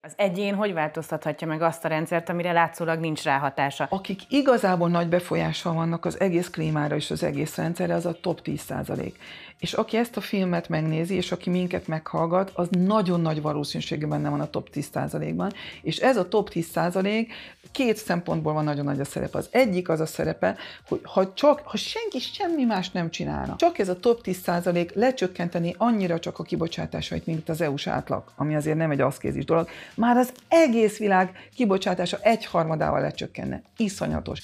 Az egyén hogy változtathatja meg azt a rendszert, amire látszólag nincs ráhatása? Akik igazából nagy befolyással vannak az egész klímára és az egész rendszerre, az a top 10%. És aki ezt a filmet megnézi, és aki minket meghallgat, az nagyon nagy valószínűséggel benne van a top 10%-ban. És ez a top 10% két szempontból van nagyon nagy a szerepe. Az egyik az a szerepe, hogy ha senki semmi más nem csinálna, csak ez a top 10% lecsökkenteni annyira csak a kibocsátásait, mint az EU-s átlag, ami azért nem egy aszkézis dolog, már az egész világ kibocsátása 1/3 lecsökkenne. Iszonyatos.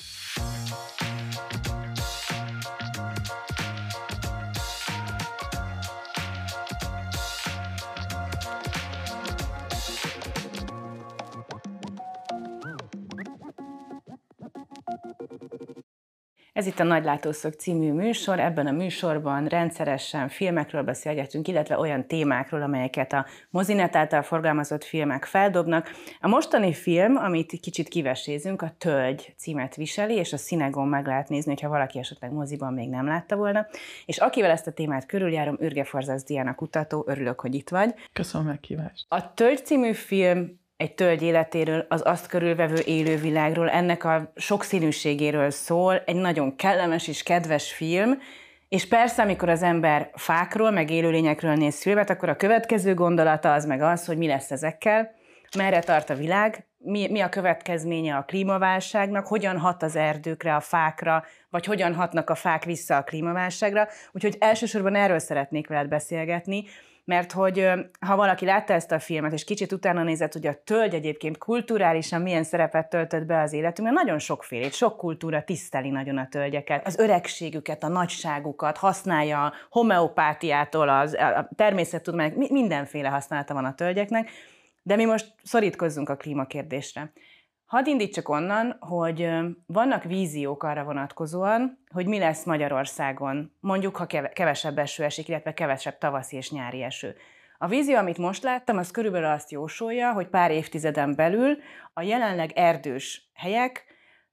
Ez itt a Nagy Látószög című műsor, ebben a műsorban rendszeresen filmekről beszélgetünk, illetve olyan témákról, amelyeket a Mozinet által forgalmazott filmek feldobnak. A mostani film, amit kicsit kivesézünk, a Tölgy címet viseli, és a Színegon meg lehet nézni, hogyha valaki esetleg moziban még nem látta volna. És akivel ezt a témát körüljárom, Ürge Forzász Diana kutató, örülök, hogy itt vagy. Köszönöm a meghívást. A Tölgy című film egy tölgy életéről, az azt körülvevő élővilágról, ennek a sokszínűségéről szól, egy nagyon kellemes és kedves film, és persze, amikor az ember fákról, meg élőlényekről néz filmet, akkor a következő gondolata az meg az, hogy mi lesz ezekkel, merre tart a világ, mi a következménye a klímaválságnak, hogyan hat az erdőkre, a fákra, vagy hogyan hatnak a fák vissza a klímaválságra. Úgyhogy elsősorban erről szeretnék veled beszélgetni, mert hogy ha valaki látta ezt a filmet, és kicsit utána nézett, hogy a tölgy egyébként kulturálisan milyen szerepet töltött be az életünkben, nagyon sokfélét, sok kultúra tiszteli nagyon a tölgyeket. Az öregségüket, a nagyságukat, használja a homeopátiától, a természettudományok, mindenféle használata van a tölgyeknek, de mi most szorítkozzunk a klímakérdésre. Hadd indítsak onnan, hogy vannak víziók arra vonatkozóan, hogy mi lesz Magyarországon, mondjuk, ha kevesebb eső esik, illetve kevesebb tavaszi és nyári eső. A vízió, amit most láttam, az körülbelül azt jósolja, hogy pár évtizeden belül a jelenleg erdős helyek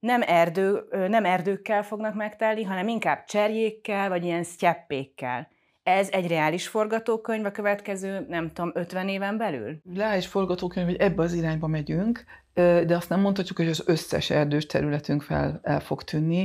nem erdőkkel fognak megtelni, hanem inkább cserjékkel, vagy ilyen sztyeppékkel. Ez egy reális forgatókönyv a következő, nem tudom, 50 éven belül? Reális forgatókönyv, hogy ebbe az irányba megyünk, de azt nem mondhatjuk, hogy az összes erdős területünk el fog tűnni.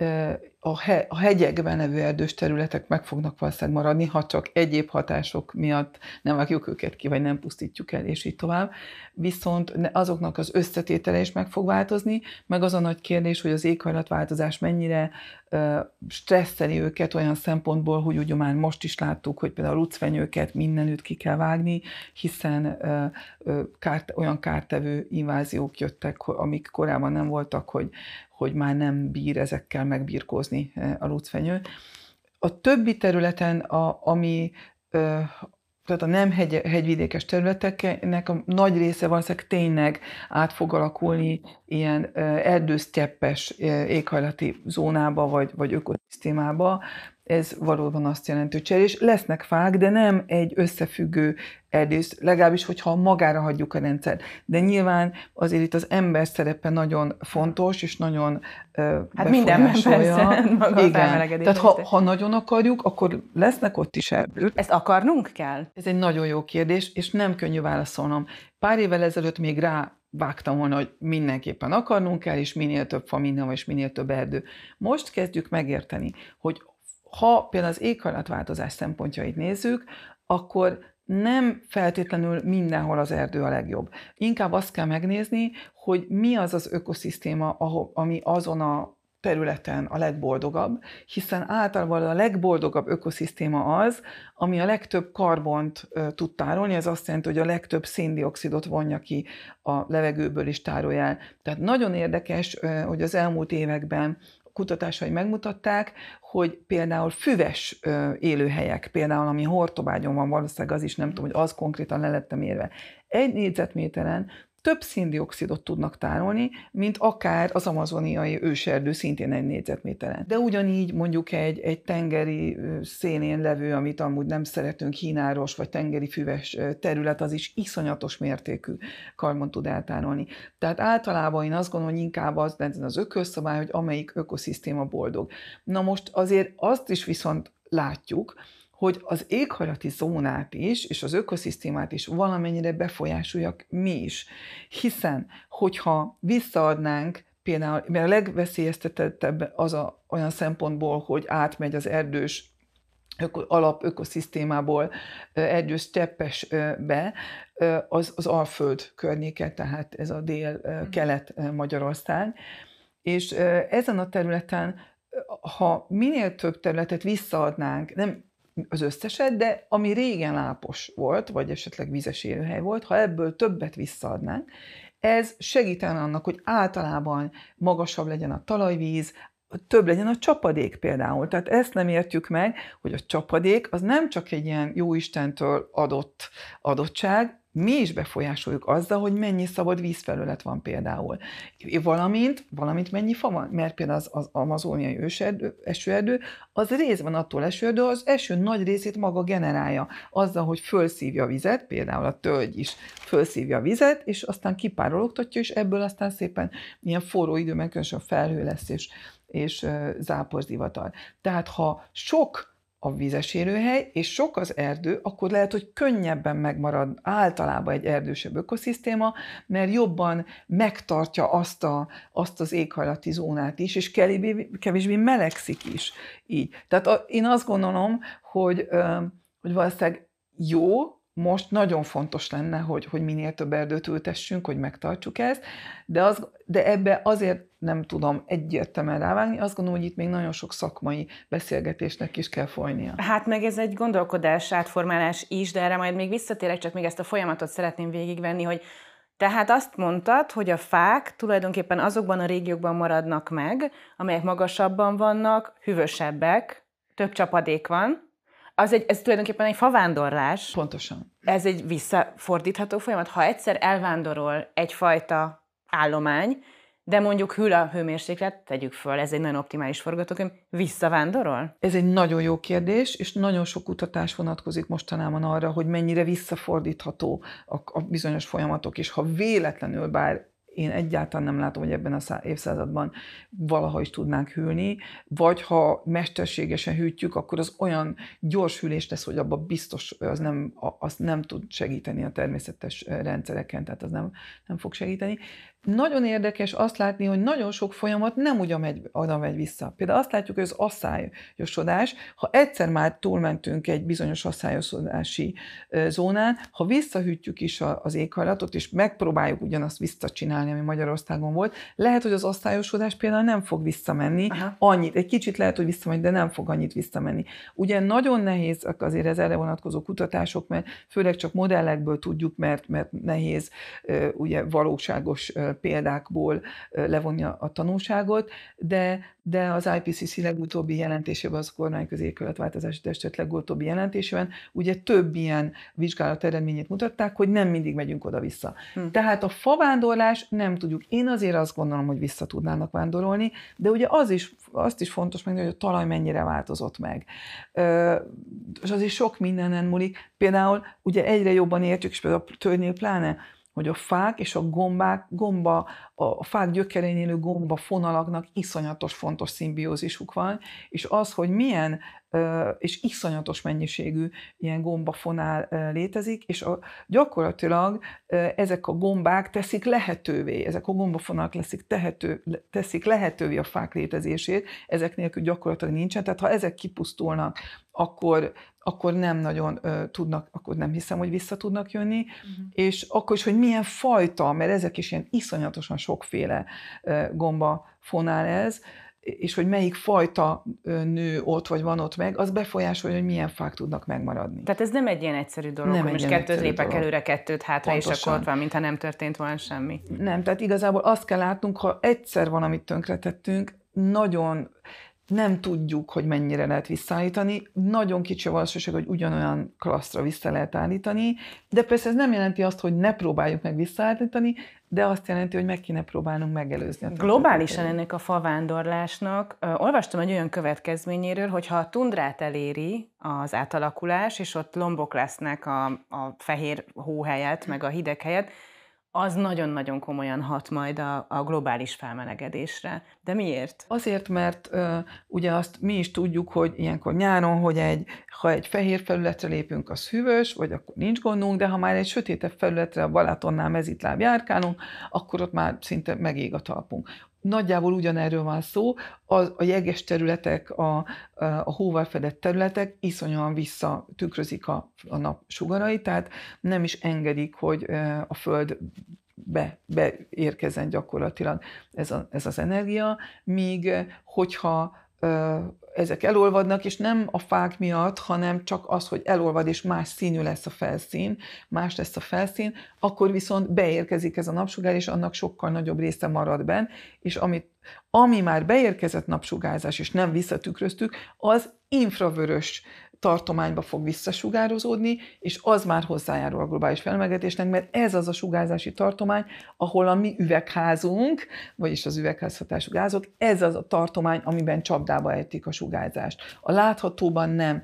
A hegyekben levő erdős területek meg fognak valószínűleg maradni, ha csak egyéb hatások miatt nem vágjuk őket ki, vagy nem pusztítjuk el, és így tovább. Viszont azoknak az összetétele is meg fog változni, meg az a nagy kérdés, hogy az éghajlatváltozás mennyire stresszeli őket olyan szempontból, hogy ugye már most is láttuk, hogy például a lucfenyőket mindenütt ki kell vágni, hiszen olyan kártevő inváziók jöttek, amik korábban nem voltak, hogy már nem bír ezekkel megbirkózni a lucfenyő. A többi területen, tehát a nem hegyvidékes területeknek a nagy része valószínűleg tényleg át fog alakulni ilyen erdősztyeppes éghajlati zónába, vagy ökoszisztémába. Ez valóban azt jelenti, hogy cserés. Lesznek fák, de nem egy összefüggő erdész, legalábbis, hogyha magára hagyjuk a rendszert. De nyilván azért itt az ember szerepe nagyon fontos, és nagyon befolyásolja. Igen. Tehát ha nagyon akarjuk, akkor lesznek ott is erdők. Ezt akarnunk kell? Ez egy nagyon jó kérdés, és nem könnyű válaszolnom. Pár évvel ezelőtt még vágtam volna, hogy mindenképpen akarnunk kell, és minél több fa mindenhol, és minél több erdő. Most kezdjük megérteni, hogy ha például az éghajlatváltozás szempontjait nézzük, akkor nem feltétlenül mindenhol az erdő a legjobb. Inkább azt kell megnézni, hogy mi az az ökoszisztéma, ami azon a területen a legboldogabb, hiszen általában a legboldogabb ökoszisztéma az, ami a legtöbb karbont tud tárolni, ez azt jelenti, hogy a legtöbb széndioxidot vonja ki a levegőből és tárolja el. Tehát nagyon érdekes, hogy az elmúlt években kutatásai megmutatták, hogy például füves élőhelyek, például ami Hortobágyon van, valószínűleg az is, nem tudom, hogy az konkrétan le lett mérve. Egy négyzetméteren több széndioxidot tudnak tárolni, mint akár az amazoniai őserdő szintén egy négyzetméteren. De ugyanígy mondjuk egy tengeri szénén levő, amit amúgy nem szeretünk, hínáros vagy tengeri füves terület, az is iszonyatos mértékű karbont tud eltárolni. Tehát általában én azt gondolom, hogy inkább az ökölszabály, hogy amelyik ökoszisztéma boldog. Na most azért azt is viszont látjuk, hogy az éghajlati zónát is, és az ökoszisztémát is valamennyire befolyásolják mi is. Hiszen, hogyha visszaadnánk, például, mert a legveszélyeztetettebb az olyan szempontból, hogy átmegy az erdős alapökoszisztémából erdős cseppesbe, az Alföld környéke, tehát ez a dél-kelet Magyarország. És ezen a területen, ha minél több területet visszaadnánk, nem az összeset, de ami régen lápos volt, vagy esetleg vízes élőhely volt, ha ebből többet visszaadnánk, ez segítene annak, hogy általában magasabb legyen a talajvíz, több legyen a csapadék például. Tehát ezt nem értjük meg, hogy a csapadék az nem csak egy ilyen jóistentől adott adottság, mi is befolyásoljuk azzal, hogy mennyi szabad vízfelület van például. Valamint mennyi fa van, mert például az amazóniai esőerdő, az részben attól esőerdő, az eső nagy részét maga generálja, azzal, hogy fölszívja a vizet, például a tölgy is fölszívja a vizet, és aztán kipárologtatja, és ebből aztán szépen ilyen forró időben különösen felhő lesz, és záporzivatar. Tehát ha sok a vízes élőhely, és sok az erdő, akkor lehet, hogy könnyebben megmarad általában egy erdősebb ökoszisztéma, mert jobban megtartja azt az éghajlati zónát is, és kevésbé melegszik is így. Tehát én azt gondolom, hogy valószínűleg jó, most nagyon fontos lenne, hogy minél több erdőt ültessünk, hogy megtartsuk ezt, de ebbe azért nem tudom egyértelműen rávágni, azt gondolom, hogy itt még nagyon sok szakmai beszélgetésnek is kell folynia. Hát meg ez egy gondolkodás, átformálás is, de erre majd még visszatérek, csak még ezt a folyamatot szeretném végigvenni, hogy tehát azt mondtad, hogy a fák tulajdonképpen azokban a régiókban maradnak meg, amelyek magasabban vannak, hűvösebbek, több csapadék van. Ez tulajdonképpen egy favándorlás. Pontosan. Ez egy visszafordítható folyamat. Ha egyszer elvándorol egyfajta állomány, de mondjuk hűl a hőmérséklet, tegyük föl, ez egy nagyon optimális forgatókönyv, visszavándorol? Ez egy nagyon jó kérdés, és nagyon sok kutatás vonatkozik mostanában arra, hogy mennyire visszafordítható a bizonyos folyamatok, és ha véletlenül, bár én egyáltalán nem látom, hogy ebben az évszázadban valaha is tudnánk hűlni, vagy ha mesterségesen hűtjük, akkor az olyan gyors hűlés lesz, hogy abban biztos az nem tud segíteni a természetes rendszereken, tehát az nem fog segíteni. Nagyon érdekes azt látni, hogy nagyon sok folyamat nem oda megy vissza. Például azt látjuk, hogy az aszályosodás, ha egyszer már túlmentünk egy bizonyos asszályosodási zónán, ha visszahűtjük is az éghajlatot, és megpróbáljuk ugyanazt visszacsinálni, ami Magyarországon volt, lehet, hogy az aszályosodás például nem fog visszamenni annyit. Egy kicsit lehet, hogy visszamenni, de nem fog annyit visszamenni. Ugye nagyon nehéz azért ez erre vonatkozó kutatások, mert főleg csak modellekből tudjuk, mert nehéz ugye valóságos példákból levonni a tanulságot, de az IPCC legutóbbi jelentésében, az Kormányközi Éghajlatváltozási Testület legutóbbi jelentésében ugye több ilyen vizsgálat eredményét mutatták, hogy nem mindig megyünk oda-vissza. Tehát a favándorlás nem tudjuk. Én azért azt gondolom, hogy vissza tudnának vándorolni, de ugye azt is fontos megnézni, hogy a talaj mennyire változott meg. És azért sok mindenen múlik. Például ugye egyre jobban értjük, és például a tölgynél pláne, hogy a fák és a fák gyökerein élő gombafonalaknak iszonyatos fontos szimbiózisuk van, és az, hogy milyen és iszonyatos mennyiségű ilyen gombafonál létezik, és gyakorlatilag ezek a gombák teszik lehetővé, ezek a gombafonalak teszik lehetővé a fák létezését, ezek nélkül gyakorlatilag nincsen, tehát ha ezek kipusztulnak, akkor nem nagyon tudnak, akkor nem hiszem, hogy vissza tudnak jönni, és akkor is, hogy milyen fajta, mert ezek is ilyen iszonyatosan sokféle gombafonál ez, és hogy melyik fajta nő ott, vagy van ott meg, az befolyásolja, hogy milyen fák tudnak megmaradni. Tehát ez nem egy ilyen egyszerű dolog, hogy most kettőt lépek előre, kettőt hátra, pontosan. És akkor ott van, mintha nem történt volna semmi. Nem, tehát igazából azt kell látnunk, ha egyszer valamit tönkretettünk, nagyon nem tudjuk, hogy mennyire lehet visszaállítani. Nagyon kicsi a valószínűség, hogy ugyanolyan klasszra vissza lehet állítani, de persze ez nem jelenti azt, hogy ne próbáljuk meg visszaállítani, de azt jelenti, hogy meg kéne próbálnunk megelőzni. Globálisan ennek a favándorlásnak olvastam egy olyan következményéről, hogy ha a tundrát eléri az átalakulás, és ott lombok lesznek a fehér hó helyett, meg a hideg helyett, az nagyon-nagyon komolyan hat majd a globális felmelegedésre. De miért? Azért, mert ugye azt mi is tudjuk, hogy ilyenkor nyáron, hogy ha egy fehér felületre lépünk, az hűvös, vagy akkor nincs gondunk, de ha már egy sötétebb felületre a Balatonnál mezitláb járkálunk, akkor ott már szinte megég a talpunk. Nagyjából ugyanerről van szó, a jeges területek, a hóval fedett területek iszonyúan visszatükrözik a nap sugarait, tehát nem is engedik, hogy a Föld beérkezzen gyakorlatilag ez az energia, míg hogyha ezek elolvadnak, és nem a fák miatt, hanem csak az, hogy elolvad, és más színű lesz a felszín, más lesz a felszín, akkor viszont beérkezik ez a napsugár, és annak sokkal nagyobb része marad benn, és ami már beérkezett napsugárzás, és nem visszatükröztük, az infravörös tartományba fog visszasugározódni, és az már hozzájárul a globális felmelegedésnek, mert ez az a sugárzási tartomány, ahol a mi üvegházunk, vagyis az üvegházhatású gázok, ez az a tartomány, amiben csapdába ejtik a sugárzást. A láthatóban nem,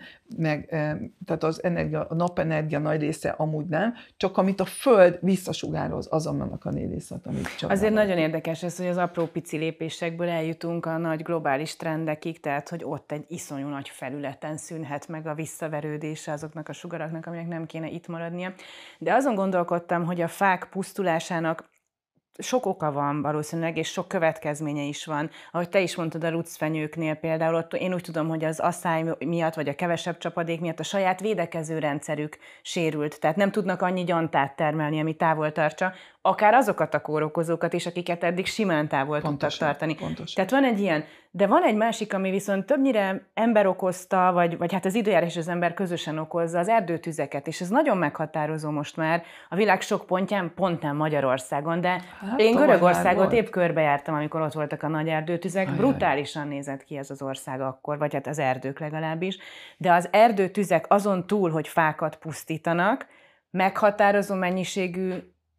tehát a napenergia nagy része amúgy nem, csak amit a Föld visszasugároz, az annak a nagy része, amit csapdába Azért nagyon érdekes ez, hogy az apró pici lépésekből eljutunk a nagy globális trendekig, tehát hogy ott egy iszonyú nagy felületen szűnhet meg a visszaverődése azoknak a sugaraknak, aminek nem kéne itt maradnia. De azon gondolkodtam, hogy a fák pusztulásának sok oka van valószínűleg, és sok következménye is van. Ahogy te is mondtad a ruczfenyőknél például, ott én úgy tudom, hogy az asszály miatt, vagy a kevesebb csapadék miatt a saját védekező rendszerük sérült. Tehát nem tudnak annyi gyantát termelni, ami távol tartsa, akár azokat a kórokozókat is, akiket eddig simán távol tudtak tartani. Pontosan. Tehát van egy ilyen. De van egy másik, ami viszont többnyire ember okozta, vagy hát az időjárás és az ember közösen okozza, az erdőtüzeket, és ez nagyon meghatározó most már a világ sok pontján, pont nem Magyarországon, de én Görögországot épp körbejártam, amikor ott voltak a nagy erdőtüzek, brutálisan nézett ki ez az ország akkor, vagy hát az erdők legalábbis, de az erdőtüzek azon túl, hogy fákat pusztítanak, meghatározó mennyiségű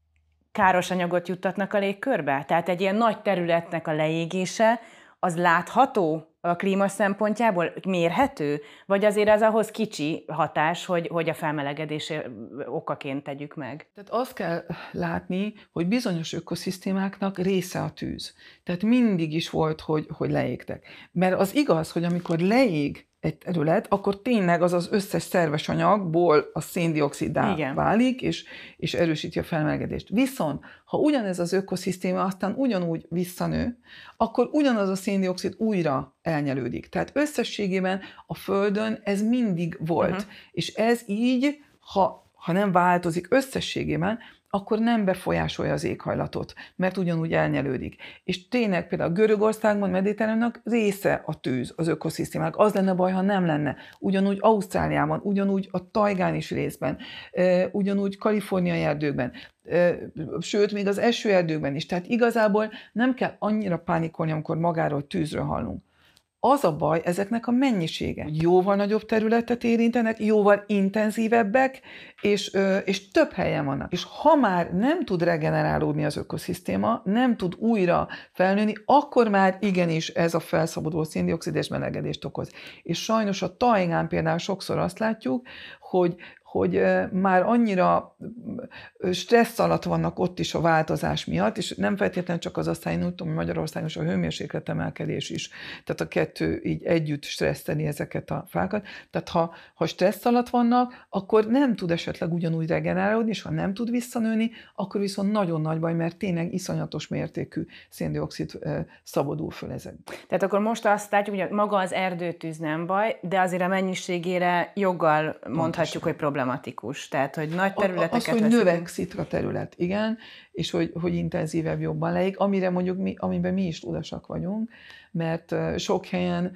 káros anyagot juttatnak a légkörbe. Tehát egy ilyen nagy területnek a leégése, az látható a klíma szempontjából, mérhető? Vagy azért az ahhoz kicsi hatás, hogy a felmelegedés okaként tegyük meg? Tehát azt kell látni, hogy bizonyos ökoszisztémáknak része a tűz. Tehát mindig is volt, hogy leégtek. Mert az igaz, hogy amikor leég egy terület, akkor tényleg az összes szerves anyagból a széndioxiddá válik, és erősíti a felmelegedést. Viszont, ha ugyanez az ökoszisztéma aztán ugyanúgy visszanő, akkor ugyanaz a széndioxid újra elnyelődik. Tehát összességében a Földön ez mindig volt. És ez így, ha nem változik összességében, akkor nem befolyásolja az éghajlatot, mert ugyanúgy elnyelődik. És tényleg például Görögországban, Mediterránumnak része a tűz, az ökoszisztémák. Az lenne baj, ha nem lenne. Ugyanúgy Ausztráliában, ugyanúgy a tajgán is részben, ugyanúgy kaliforniai erdőkben, sőt, még az esőerdőkben is. Tehát igazából nem kell annyira pánikolni, amikor magáról tűzről hallunk. Az a baj, ezeknek a mennyisége. Jóval nagyobb területet érintenek, jóval intenzívebbek, és több helyen vannak. És ha már nem tud regenerálódni az ökoszisztéma, nem tud újra felnőni, akkor már igenis ez a felszabaduló széndioxid és melegedést okoz. És sajnos a tajgán például sokszor azt látjuk, hogy már annyira stressz alatt vannak ott is a változás miatt, és nem feltétlenül csak az aztán, én úgy tudom, hogy Magyarországon is a hőmérséklet emelkedés is. Tehát a kettő így együtt stresszeli ezeket a fákat. Tehát ha stressz alatt vannak, akkor nem tud esetleg ugyanúgy regenerálódni, és ha nem tud visszanőni, akkor viszont nagyon nagy baj, mert tényleg iszonyatos mértékű széndioxid szabadul föl ezek. Tehát akkor most azt látjuk, hogy maga az erdőtűz nem baj, de azért a mennyiségére joggal mondhatjuk, hogy problematikus. Tehát, hogy nagy területeket az, hogy növekszik a terület, igen, és hogy intenzívebb, jobban leég, amire mondjuk amiben mi is tudasak vagyunk, mert sok helyen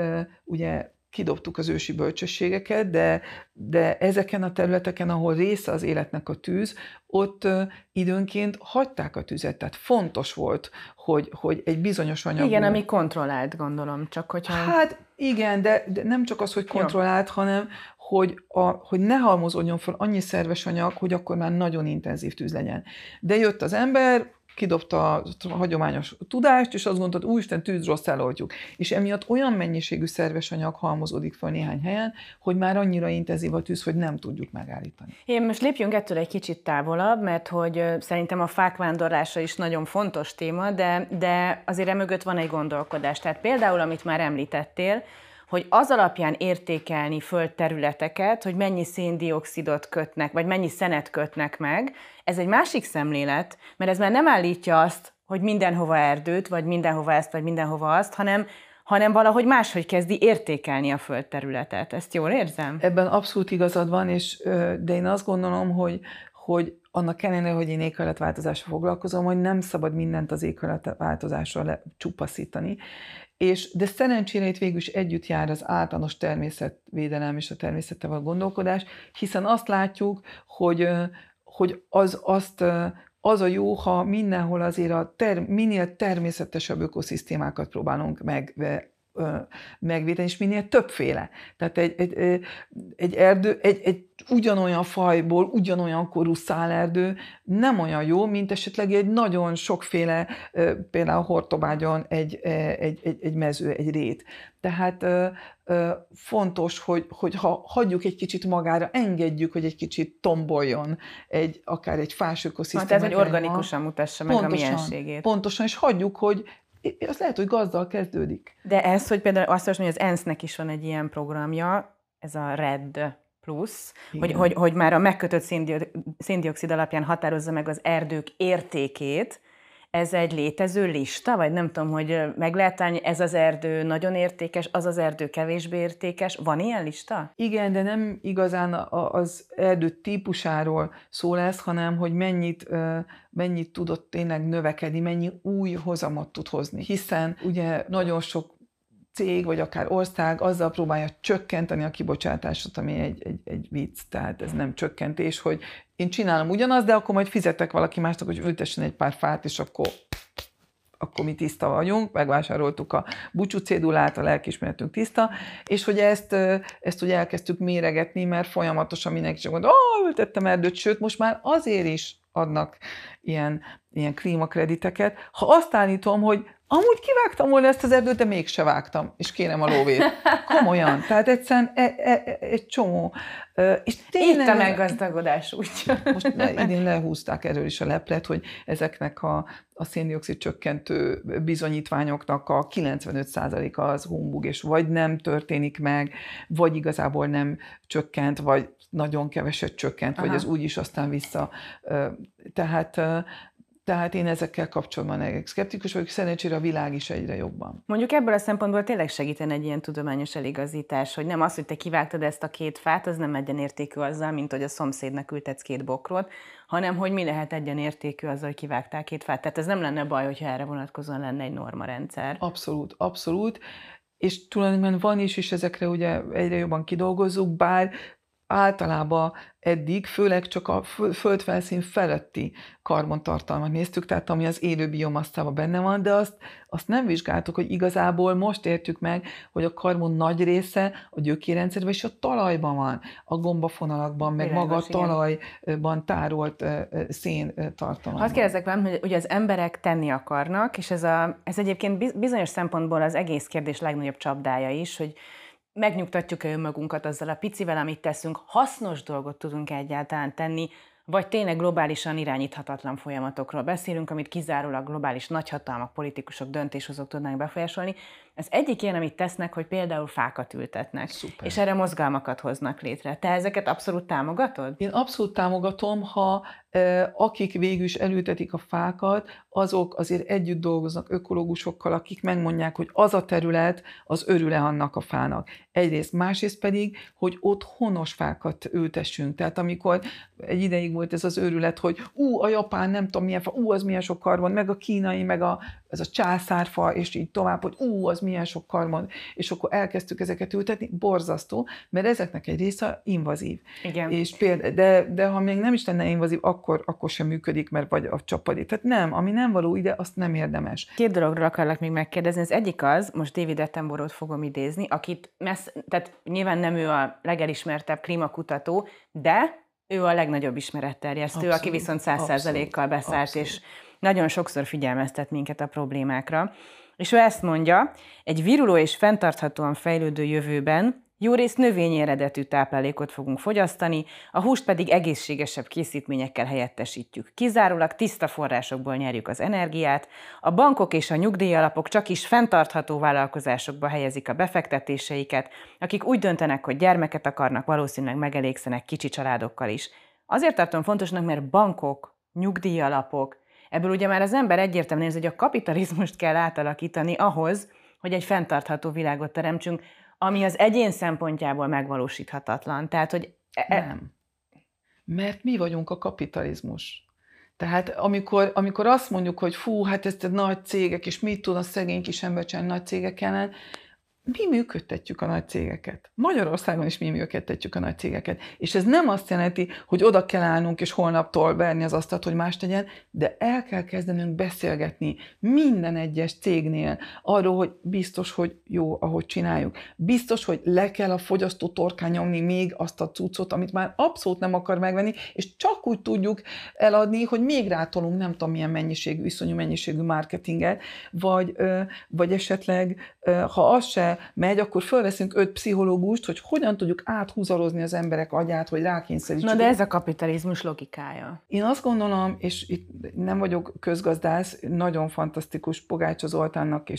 ugye kidobtuk az ősi bölcsességeket, de ezeken a területeken, ahol része az életnek a tűz, ott időnként hagyták a tüzet, tehát fontos volt, hogy egy bizonyos anyagú... Igen, ami kontrollált, gondolom, csak hogyha... Hát igen, de nem csak az, hogy kontrollált, hanem hogy ne halmozódjon fel annyi szerves anyag, hogy akkor már nagyon intenzív tűz legyen. De jött az ember, kidobta a hagyományos tudást, és azt gondolta, hogy úristen, tűz, rossz, eloltjuk. És emiatt olyan mennyiségű szerves anyag halmozódik fel néhány helyen, hogy már annyira intenzív a tűz, hogy nem tudjuk megállítani. Én most lépjünk ettől egy kicsit távolabb, mert hogy szerintem a fák vándorlása is nagyon fontos téma, de azért emögött van egy gondolkodás. Tehát például, amit már említettél, hogy az alapján értékelni földterületeket, hogy mennyi széndioxidot kötnek, vagy mennyi szenet kötnek meg, ez egy másik szemlélet, mert ez már nem állítja azt, hogy mindenhova erdőt, vagy mindenhova ezt, vagy mindenhova azt, hanem valahogy máshogy kezdi értékelni a földterületet. Ezt jól érzem? Ebben abszolút igazad van, de én azt gondolom, hogy annak ellenére, hogy én éghajlatváltozással foglalkozom, hogy nem szabad mindent az éghajlatváltozásra csupaszítani. De szerencsére itt végül is együtt jár az általános természetvédelem és a természettel való gondolkodás, hiszen azt látjuk, hogy az a jó, ha mindenhol azért minél természetesebb ökoszisztémákat próbálunk megvédeni, és minél többféle. Tehát egy erdő, egy ugyanolyan fajból, ugyanolyan korú szálerdő nem olyan jó, mint esetleg egy nagyon sokféle, például Hortobágyon egy mező, egy rét. Tehát fontos, hogy ha hagyjuk egy kicsit magára, engedjük, hogy egy kicsit tomboljon akár egy fás ökoszisztéma. Hát ez, hogy organikusan mutassa meg a mienségét. Pontosan, és hagyjuk, hogy az lehet, hogy gazddal kezdődik. De ez, hogy például azt mondom, hogy az ENSZ-nek is van egy ilyen programja, ez a REDD+, hogy már a megkötött széndioxid alapján határozza meg az erdők értékét. Ez egy létező lista, vagy nem tudom, hogy meg lehet találni, ez az erdő nagyon értékes, az az erdő kevésbé értékes. Van ilyen lista? Igen, de nem igazán az erdő típusáról szól ez, hanem hogy mennyit tudott tényleg növekedni, mennyi új hozamot tud hozni. Hiszen ugye nagyon sok cég, vagy akár ország azzal próbálja csökkenteni a kibocsátásot, ami egy vicc, tehát ez nem csökkentés, hogy én csinálom ugyanazt, de akkor majd fizetek valaki másnak, hogy ültessen egy pár fát, és akkor mi tiszta vagyunk, megvásároltuk a búcsú cédulát, a lelkiismeretünk tiszta, és hogy ezt ugye elkezdtük méregetni, mert folyamatosan mindenki csak mondta, ültettem erdőt, sőt, most már azért is adnak ilyen klímakrediteket. Ha azt állítom, hogy amúgy kivágtam volna ezt az erdőt, de mégse vágtam, és kérem a lóvét. Komolyan. Tehát egyszerűen egy csomó. És tényleg, itt a meggazdagodás úgy. Most idén lehúzták erről is a leplet, hogy ezeknek a széndioxid csökkentő bizonyítványoknak a 95%-a az humbug, és vagy nem történik meg, vagy igazából nem csökkent, vagy nagyon keveset csökkent, vagy az úgyis aztán vissza. Tehát én ezekkel kapcsolatban elég szkeptikus vagyok, szerencsére a világ is egyre jobban. Mondjuk ebből a szempontból tényleg segítene egy ilyen tudományos eligazítás, hogy nem az, hogy te kivágtad ezt a 2 fát, az nem egyenértékű azzal, mint hogy a szomszédnak ültetsz 2 bokrot, hanem hogy mi lehet egyenértékű azzal, hogy kivágtál 2 fát. Tehát ez nem lenne baj, hogyha erre vonatkozóan lenne egy normarendszer. Abszolút, abszolút. És tulajdonképpen van is, és ezekre ugye egyre jobban kidolgozzuk, bár általában eddig főleg csak a földfelszín feletti karbontartalmat néztük, tehát ami az élő biomasszában benne van, de azt nem vizsgáltuk, hogy igazából most értjük meg, hogy a karbon nagy része a gyökérrendszerben és a talajban van, a gombafonalakban, meg maga a talajban tárolt széntartalomban. Hadd kérdezzek velem, hogy ugye az emberek tenni akarnak, és ez egyébként bizonyos szempontból az egész kérdés legnagyobb csapdája is, hogy megnyugtatjuk-e önmagunkat azzal a picivel, amit teszünk, hasznos dolgot tudunk egyáltalán tenni, vagy tényleg globálisan irányíthatatlan folyamatokról beszélünk, amit kizárólag globális nagyhatalmak, politikusok, döntéshozók tudnánk befolyásolni. Az egyik ilyen, amit tesznek, hogy például fákat ültetnek, szuper, és erre mozgalmakat hoznak létre. Te ezeket abszolút támogatod? Én abszolút támogatom, ha akik végül is elültetik a fákat, azok azért együtt dolgoznak ökológusokkal, akik megmondják, hogy az a terület, az örül-e annak a fának. Egyrészt, másrészt pedig, hogy ott honos fákat ültessünk. Tehát amikor egy ideig volt ez az őrület, hogy a japán nem tudom milyen fa, az milyen sok karbon, meg a kínai, meg ez a császárfa, és így tovább, hogy az milyen sok karbon, és akkor elkezdtük ezeket ültetni, borzasztó, mert ezeknek egy része invazív. Igen. És de ha még nem is lenne invazív, akkor sem működik, mert vagy a csapadék. Tehát nem, ami nem való ide, azt nem érdemes. 2 dologról akarlak még megkérdezni. Az egyik az, most David Attenborough-t fogom idézni, akit tehát nyilván nem ő a legelismertebb klímakutató, de ő a legnagyobb ismeretterjesztő, aki viszont 100%-kal beszállt, és nagyon sokszor figyelmeztet minket a problémákra, és ő ezt mondja, egy viruló és fenntarthatóan fejlődő jövőben jórészt növényi eredetű táplálékot fogunk fogyasztani, a húst pedig egészségesebb készítményekkel helyettesítjük. Kizárólag tiszta forrásokból nyerjük az energiát, a bankok és a nyugdíjalapok csak is fenntartható vállalkozásokba helyezik a befektetéseiket, akik úgy döntenek, hogy gyermeket akarnak, valószínűleg megelégszenek kicsi családokkal is. Azért tartom fontosnak, mert bankok, nyugdíjalapok, ebből ugye már az ember egyértelműen érzi, hogy a kapitalizmust kell átalakítani ahhoz, hogy egy fenntartható világot teremtsünk, ami az egyén szempontjából megvalósíthatatlan. Tehát, hogy... Nem. Mert mi vagyunk a kapitalizmus. Tehát amikor azt mondjuk, hogy fú, hát ezt a nagy cégek, és mit tud a szegény kis ember csinálni nagy cégek ellen, mi működtetjük a nagy cégeket. Magyarországon is mi működtetjük a nagy cégeket. És ez nem azt jelenti, hogy oda kell állnunk, és holnaptól verni az asztalt, hogy más tegyen, de el kell kezdenünk beszélgetni minden egyes cégnél arról, hogy biztos, hogy jó, ahogy csináljuk. Biztos, hogy le kell a fogyasztó torkán nyomni még azt a cuccot, amit már abszolút nem akar megvenni, és csak úgy tudjuk eladni, hogy még rátolunk nem tudom milyen mennyiségű, iszonyú mennyiségű marketinget, vagy esetleg, ha az se megy, akkor fölveszünk 5 pszichológust, hogy hogyan tudjuk áthúzalozni az emberek agyát, hogy rákényszerítsük. Na de ez a kapitalizmus logikája. Én azt gondolom, és itt nem vagyok közgazdász, nagyon fantasztikus Pogácsa Zoltánnak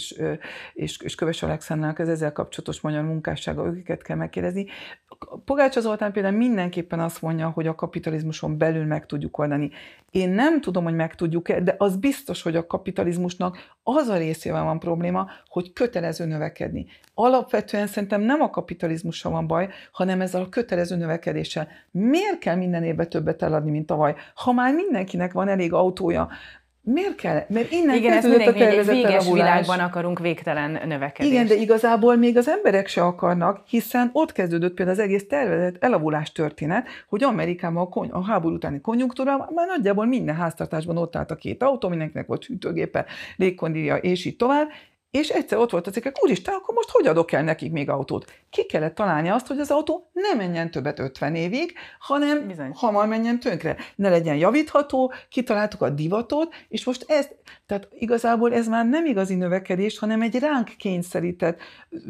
és Köves Alexandrának az ezzel kapcsolatos magyar munkássága, őket kell megkérdezni. Pogácsa Zoltán például mindenképpen azt mondja, hogy a kapitalizmuson belül meg tudjuk oldani. Én nem tudom, hogy meg tudjuk-e, de az biztos, hogy a kapitalizmusnak az a részével van probléma, hogy kötelező növekedni. Alapvetően szerintem nem a kapitalizmussal van baj, hanem ezzel a kötelező növekedéssel. Miért kell minden évben többet eladni, mint tavaly? Ha már mindenkinek van elég autója, miért kell? Mert innen kezdődött a tervezett véges elavulás. világban akarunk végtelen növekedést. Igen, de igazából még az emberek se akarnak, hiszen ott kezdődött például az egész tervezett elavulás történet, hogy Amerikában a háború utáni konjunktúra már nagyjából minden háztartásban ott állt a 2 autó, mindenkinek volt hűtőgépe, légkondíja, és így tovább, és egyszer ott volt a cikkek, úristen, akkor most hogy adok el nekik még autót? Ki kellett találni azt, hogy az autó ne menjen többet 50 évig, hanem hamar menjen tönkre. Ne legyen javítható, kitaláltuk a divatot, és most tehát igazából ez már nem igazi növekedés, hanem egy ránk kényszerített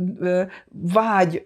vágy,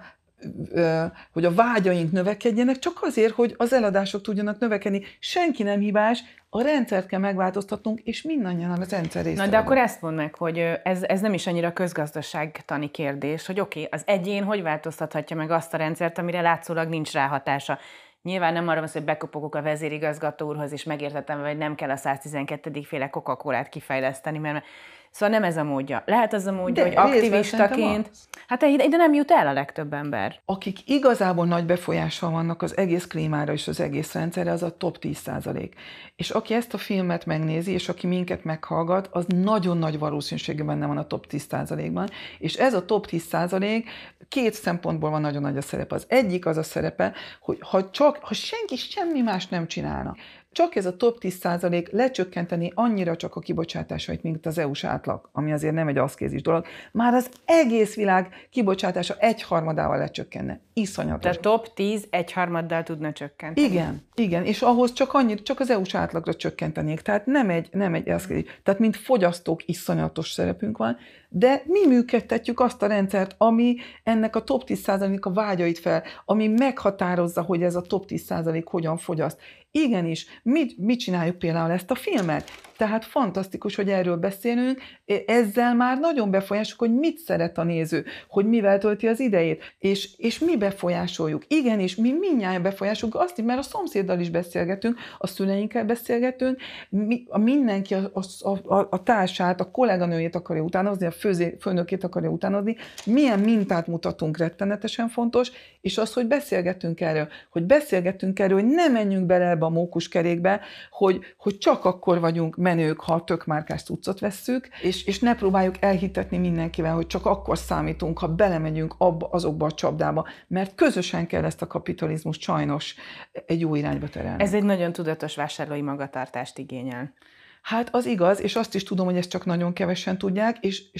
hogy a vágyaink növekedjenek, csak azért, hogy az eladások tudjanak növekedni. Senki nem hibás, a rendszert kell megváltoztatnunk, és mindannyian az rendszer része. Na, de akkor ezt mondd meg, hogy ez nem is annyira közgazdaságtani kérdés, hogy oké, az egyén hogy változtathatja meg azt a rendszert, amire látszólag nincs ráhatása. Nyilván nem arra van szó, hogy bekopogok a vezérigazgató úrhoz, és megértettem, hogy nem kell a 112. féle Coca-Colát kifejleszteni, mert szóval nem ez a módja. Lehet az a módja, hogy aktivistaként... Hát ide nem jut el a legtöbb ember. Akik igazából nagy befolyással vannak az egész klímára és az egész rendszerre, az a top 10%. És aki ezt a filmet megnézi, és aki minket meghallgat, az nagyon nagy valószínűséggel benne van a top 10%-ban. És ez a top 10% 2 szempontból van nagyon nagy a szerepe. Az egyik az a szerepe, hogy ha senki semmi más nem csinálna, csak ez a top 10% lecsökkenteni annyira csak a kibocsátásait, mint az EU-s átlag, ami azért nem egy aszkézis dolog, már az egész világ kibocsátása 1/3 lecsökkenne. Iszonyatos. De top 10 1/3 tudna csökkenteni. Igen, és ahhoz csak az EU-s átlagra csökkentenék. Tehát nem egy aszkézis. Tehát mint fogyasztók iszonyatos szerepünk van, de mi működtetjük azt a rendszert, ami ennek a top 10% a vágyait fel, ami meghatározza, hogy ez a top 10% hogyan fogyaszt. Igenis, mit csináljuk például ezt a filmet? Tehát fantasztikus, hogy erről beszélünk, ezzel már nagyon befolyásoljuk, hogy mit szeret a néző, hogy mivel tölti az idejét, és mi befolyásoljuk. Igenis, mi mindnyájan befolyásoljuk azt, mert a szomszéddal is beszélgetünk, a szüleinkkel beszélgetünk, mindenki a társát, a kolléganőjét akarja utánozni, a főnökét akarja utánozni, milyen mintát mutatunk, rettenetesen fontos, és az, hogy beszélgetünk erről, hogy ne menjünk bele ebbe a mókuskerékbe, hogy csak akkor vagyunk menők, ha a tök márkás cuccot vesszük, és ne próbáljuk elhitetni mindenkivel, hogy csak akkor számítunk, ha belemegyünk azokba a csapdába, mert közösen kell ezt a kapitalizmust sajnos egy jó irányba terelni. Ez egy nagyon tudatos vásárlói magatartást igényel. Hát az igaz, és azt is tudom, hogy ezt csak nagyon kevesen tudják,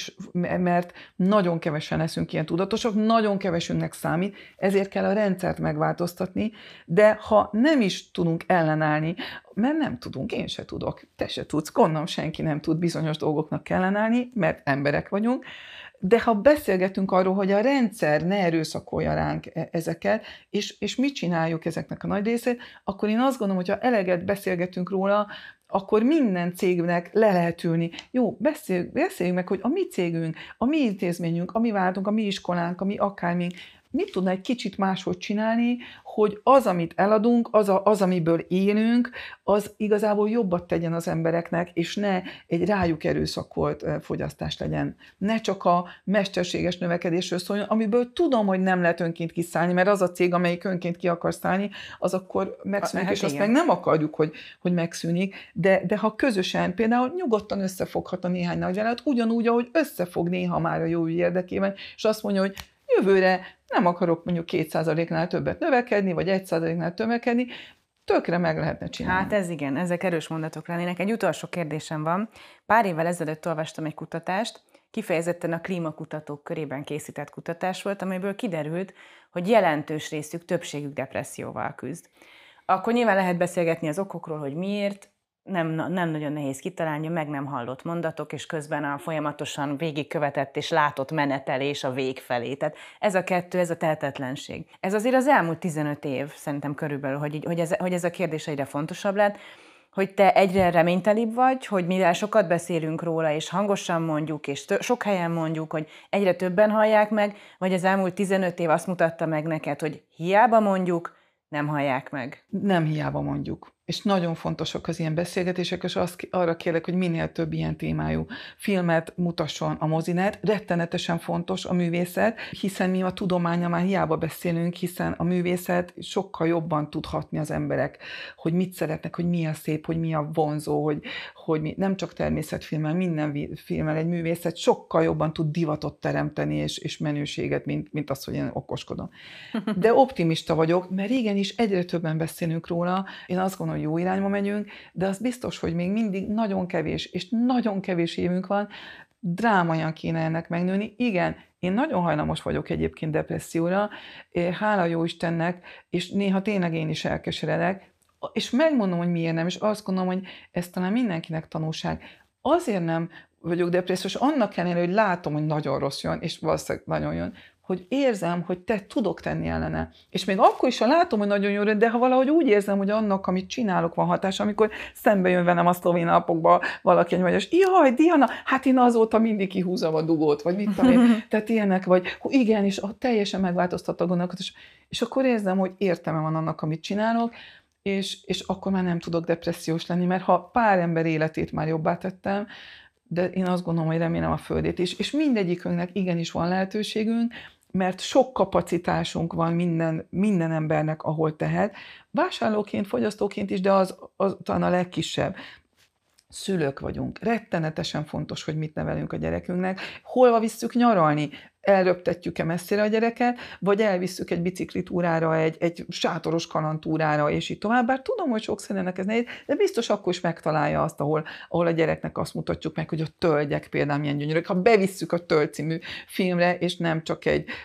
mert nagyon kevesen leszünk ilyen tudatosak, nagyon kevesünknek számít, ezért kell a rendszert megváltoztatni, de ha nem is tudunk ellenállni, mert nem tudunk, én se tudok, te se tudsz, gondolom senki nem tud bizonyos dolgoknak ellenállni, mert emberek vagyunk, de ha beszélgetünk arról, hogy a rendszer ne erőszakolja ránk ezeket, és mit csináljuk ezeknek a nagy részét, akkor én azt gondolom, hogy ha eleget beszélgetünk róla, akkor minden cégnek le lehet ülni. Jó, beszéljünk meg, hogy a mi cégünk, a mi intézményünk, a mi váltunk, a mi iskolánk, a mi akármink, mit tudna egy kicsit máshogy csinálni, hogy az, amit eladunk, az, amiből élünk, az igazából jobbat tegyen az embereknek, és ne egy rájuk erőszakolt fogyasztás legyen. Ne csak a mesterséges növekedésről szóljon, amiből tudom, hogy nem lehet önként kiszállni, mert az a cég, amelyik önként ki akar szállni, az akkor megszűnik, és azt meg nem akarjuk, hogy megszűnik, de ha közösen, például nyugodtan összefoghat a néhány nagyvállalat, ugyanúgy, ahogy összefog néha már a jó ügy érdekében, és azt mondja, hogy jövőre nem akarok mondjuk 2%-nál többet növekedni, vagy 1%-nál többet, tökre meg lehetne csinálni. Hát ez igen, ezek erős mondatok lennének. Egy utolsó kérdésem van. Pár évvel ezelőtt olvastam egy kutatást, kifejezetten a klímakutatók körében készített kutatás volt, amiből kiderült, hogy jelentős részük, többségük depresszióval küzd. Akkor nyilván lehet beszélgetni az okokról, hogy miért, nem nagyon nehéz kitalálni, meg nem hallott mondatok, és közben a folyamatosan végigkövetett és látott menetelés a vég felé. Tehát ez a kettő, ez a tehetetlenség. Ez azért az elmúlt 15 év, szerintem körülbelül, hogy ez a kérdés egyre fontosabb lett, hogy te egyre reménytelibb vagy, hogy mivel sokat beszélünk róla, és hangosan mondjuk, és sok helyen mondjuk, hogy egyre többen hallják meg, vagy az elmúlt 15 év azt mutatta meg neked, hogy hiába mondjuk, nem hallják meg. Nem hiába mondjuk. És nagyon fontosak az ilyen beszélgetések, és arra kérlek, hogy minél több ilyen témájú filmet mutasson a Mozinet. Rettenetesen fontos a művészet, hiszen mi a tudománnyal már hiába beszélünk, hiszen a művészet sokkal jobban tud hatni az emberek, hogy mit szeretnek, hogy mi a szép, hogy mi a vonzó, hogy nem csak természetfilmmel, minden filmmel egy művészet sokkal jobban tud divatot teremteni és menőséget, mint az, hogy én okoskodom. De optimista vagyok, mert igenis egyre többen beszélünk róla. Én azt gondolom, hogy jó irányba megyünk, de az biztos, hogy még mindig nagyon kevés, és nagyon kevés évünk van, drámaian kéne ennek megnőni. Igen, én nagyon hajlamos vagyok egyébként depresszióra, hála jó Istennek, és néha tényleg én is elkeseredek, és megmondom, hogy miért nem, és azt gondolom, hogy ez talán mindenkinek tanulság. Azért nem vagyok depressziós, annak ellenére, hogy látom, hogy nagyon rossz jön, és valószínűleg nagyon jön, hogy érzem, hogy tudok tenni ellene. És még akkor is, ha látom, hogy nagyon jön, de ha valahogy úgy érzem, hogy annak, amit csinálok, van hatása, amikor szembe jön velem a szlovén napokban valaki, hogy jaj, Diana, hát én azóta mindig kihúzom a dugót, vagy mit tudom én, tehát ilyenek, vagy igen, és teljesen megváltoztat a gondolkodást, és akkor érzem, hogy értelme van annak, amit csinálok, és akkor már nem tudok depressziós lenni, mert ha pár ember életét már jobbá tettem, de én azt gondolom, hogy remélem a földét is, és mindegyikünknek igenis van lehetőségünk, mert sok kapacitásunk van minden embernek, ahol tehet. Vásárlóként, fogyasztóként is, de az talán a legkisebb. Szülők vagyunk. Rettenetesen fontos, hogy mit nevelünk a gyerekünknek. Hol visszük nyaralni? Elröptetjük-e messzire a gyereket, vagy elvisszük egy biciklitúrára, egy sátoros kalandtúrára, és így tovább. Bár tudom, hogy sokszor ennek ez nehéz, de biztos akkor is megtalálja azt, ahol a gyereknek azt mutatjuk meg, hogy a tölgyek például milyen gyönyörűek. Ha bevisszük a Tölgy című filmre, és nem csak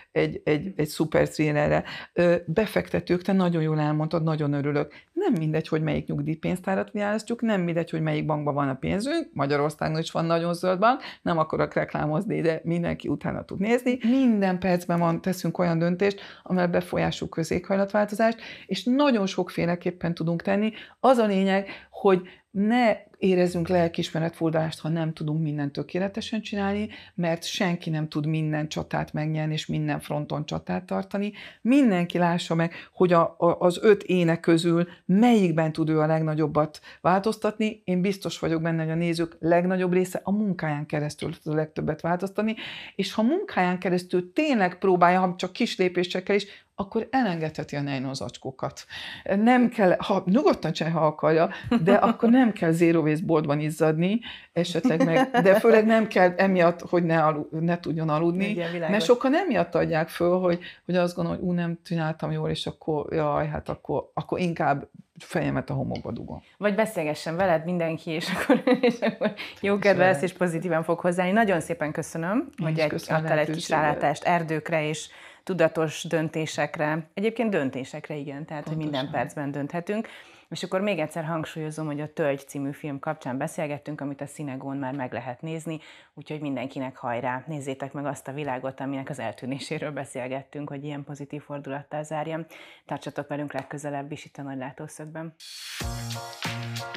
egy szuper thrillerre. Befektetők, te nagyon jól elmondtad, nagyon örülök. Nem mindegy, hogy melyik nyugdíjpénztárat választjuk, nem mindegy, hogy melyik bankban van a pénzünk. Magyarországon is van nagyon zöld bank, nem akarok reklámozni, de mindenki utána tud nézni. Minden percben teszünk olyan döntést, amely befolyásoljuk közéghajlatváltozást, és nagyon sokféleképpen tudunk tenni. Az a lényeg, hogy ne érezzünk lelkiismeretfordulást, ha nem tudunk mindent tökéletesen csinálni, mert senki nem tud minden csatát megnyerni, és minden fronton csatát tartani. Mindenki lássa meg, hogy az 5 ének közül melyikben tud ő a legnagyobbat változtatni. Én biztos vagyok benne, hogy a nézők legnagyobb része a munkáján keresztül tud a legtöbbet változtatni, és ha munkáján keresztül tényleg próbálja, ha csak kis lépésekkel is, akkor elengedheti a nejlonzacskókat. Nem kell, nyugodtan csinálja, ha akarja, de akkor nem kell zero waste boltban izzadni, esetleg meg, de főleg nem kell emiatt, hogy ne tudjon aludni, igen, mert sokan emiatt adják föl, hogy azt gondolom, hogy nem csináltam jól, és akkor, jaj, hát akkor inkább fejemet a homokba dugom. Vagy beszélgessen veled mindenki, és akkor jó kedve lesz, és pozitívan fog hozzáállni. Nagyon szépen köszönöm, hogy adtál egy kis rálátást erdőkre, és tudatos döntésekre. Egyébként döntésekre, igen, tehát hogy minden percben dönthetünk. És akkor még egyszer hangsúlyozom, hogy a Tölgy című film kapcsán beszélgettünk, amit a Cinegón már meg lehet nézni, úgyhogy mindenkinek hajrá, nézzétek meg azt a világot, aminek az eltűnéséről beszélgettünk, hogy ilyen pozitív fordulattal zárjam. Tartsatok velünk legközelebb is itt a Nagy Látószögben.